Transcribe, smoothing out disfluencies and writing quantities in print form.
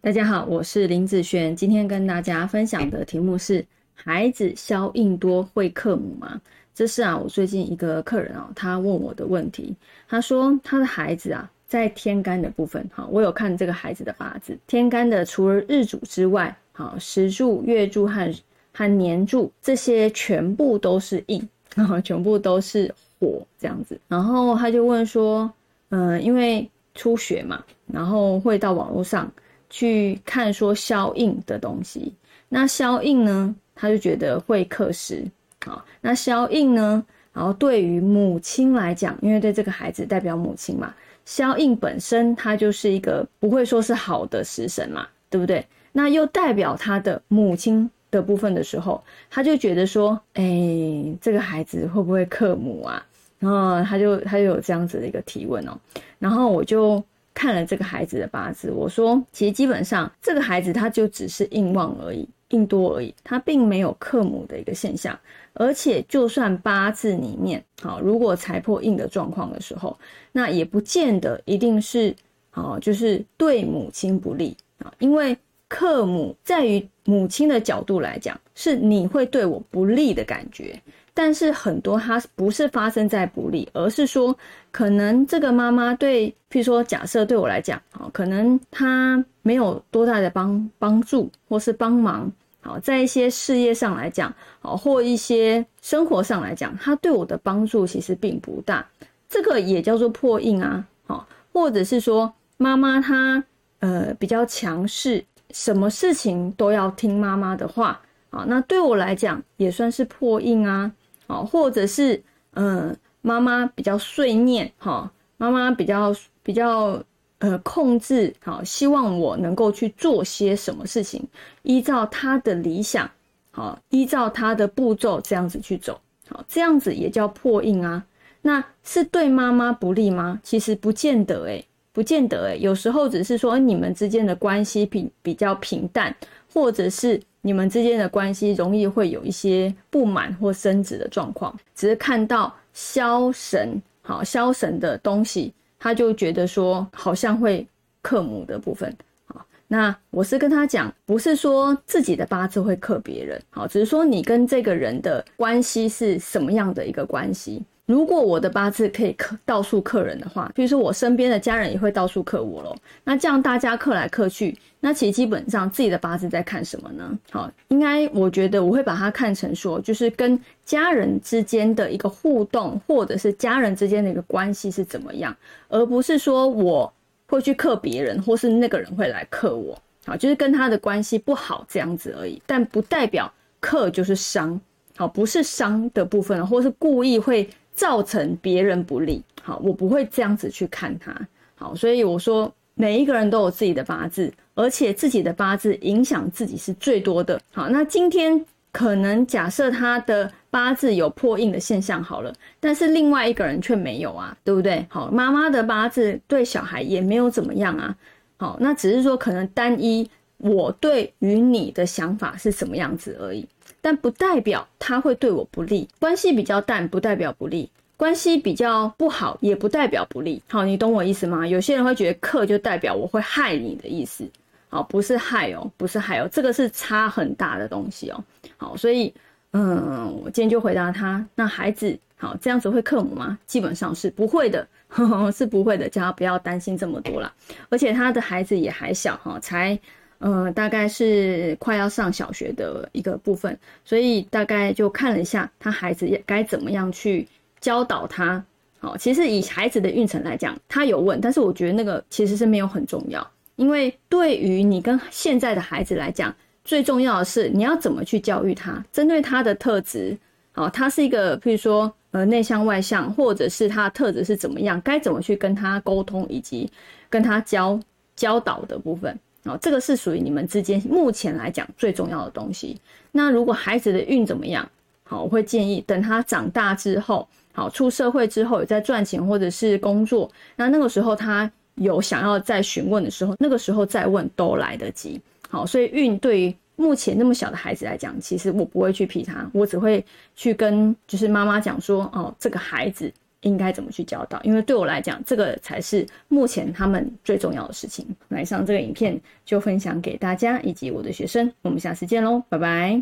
大家好，我是林子璇，今天跟大家分享的题目是孩子消应多会克母吗？这是我最近一个客人他问我的问题。他说他的孩子在天干的部分，我有看这个孩子的八字，天干的除了日主之外，时柱、月柱和年柱这些全部都是印，全部都是火这样子。然后他就问说，因为初学嘛，然后会到网络上去看说消印的东西，那消印呢，他就觉得会克时。那消印呢，然后对于母亲来讲，因为对这个孩子代表母亲嘛，消印本身它就是一个不会说是好的食神嘛，对不对？那又代表他的母亲的部分的时候，他就觉得说，这个孩子会不会克母啊？然后他就有这样子的一个提问然后我就看了这个孩子的八字，我说其实基本上这个孩子他就只是印旺而已，印多而已，他并没有克母的一个现象。而且就算八字里面如果财破印的状况的时候，那也不见得一定是就是对母亲不利因为克母在于母亲的角度来讲，是你会对我不利的感觉。但是很多它不是发生在不利，而是说可能这个妈妈对，譬如说假设对我来讲可能她没有多大的帮助或是帮忙在一些事业上来讲或一些生活上来讲，她对我的帮助其实并不大，这个也叫做破印或者是说妈妈她比较强势，什么事情都要听妈妈的话那对我来讲也算是破印或者是妈妈比较碎念妈妈比较控制希望我能够去做些什么事情，依照她的理想依照她的步骤这样子去走这样子也叫破印那是对妈妈不利吗？其实不见得不见得有时候只是说你们之间的关系比较平淡，或者是你们之间的关系容易会有一些不满或争执的状况，只是看到消神的东西，他就觉得说好像会克母的部分那我是跟他讲，不是说自己的八字会克别人只是说你跟这个人的关系是什么样的一个关系。如果我的八字可以到处克人的话，比如说我身边的家人也会到处克我咯，那这样大家克来克去，那其实基本上自己的八字在看什么呢？应该我觉得我会把它看成说，就是跟家人之间的一个互动，或者是家人之间的一个关系是怎么样，而不是说我会去克别人，或是那个人会来克我就是跟他的关系不好这样子而已，但不代表克就是伤不是伤的部分或是故意会造成别人不利我不会这样子去看他所以我说每一个人都有自己的八字，而且自己的八字影响自己是最多的那今天可能假设他的八字有破印的现象好了，但是另外一个人却没有对不对？妈妈的八字对小孩也没有怎么样那只是说可能单一我对于你的想法是什么样子而已，但不代表他会对我不利。关系比较淡不代表不利，关系比较不好也不代表不利你懂我意思吗？有些人会觉得克就代表我会害你的意思不是害不是害这个是差很大的东西所以我今天就回答他，那孩子这样子会克母吗？基本上是不会的是不会的，叫他不要担心这么多啦。而且他的孩子也还小才大概是快要上小学的一个部分，所以大概就看了一下他孩子该怎么样去教导他其实以孩子的运程来讲，他有问，但是我觉得那个其实是没有很重要，因为对于你跟现在的孩子来讲，最重要的是你要怎么去教育他，针对他的特质他是一个譬如说内向外向，或者是他的特质是怎么样，该怎么去跟他沟通，以及跟他教导的部分这个是属于你们之间目前来讲最重要的东西。那如果孩子的运怎么样我会建议等他长大之后出社会之后有在赚钱或者是工作，那个时候他有想要再询问的时候，那个时候再问都来得及所以运对于目前那么小的孩子来讲，其实我不会去批他，我只会去跟就是妈妈讲说这个孩子应该怎么去教导，因为对我来讲，这个才是目前他们最重要的事情。以上这个影片就分享给大家以及我的学生，我们下次见咯，拜拜。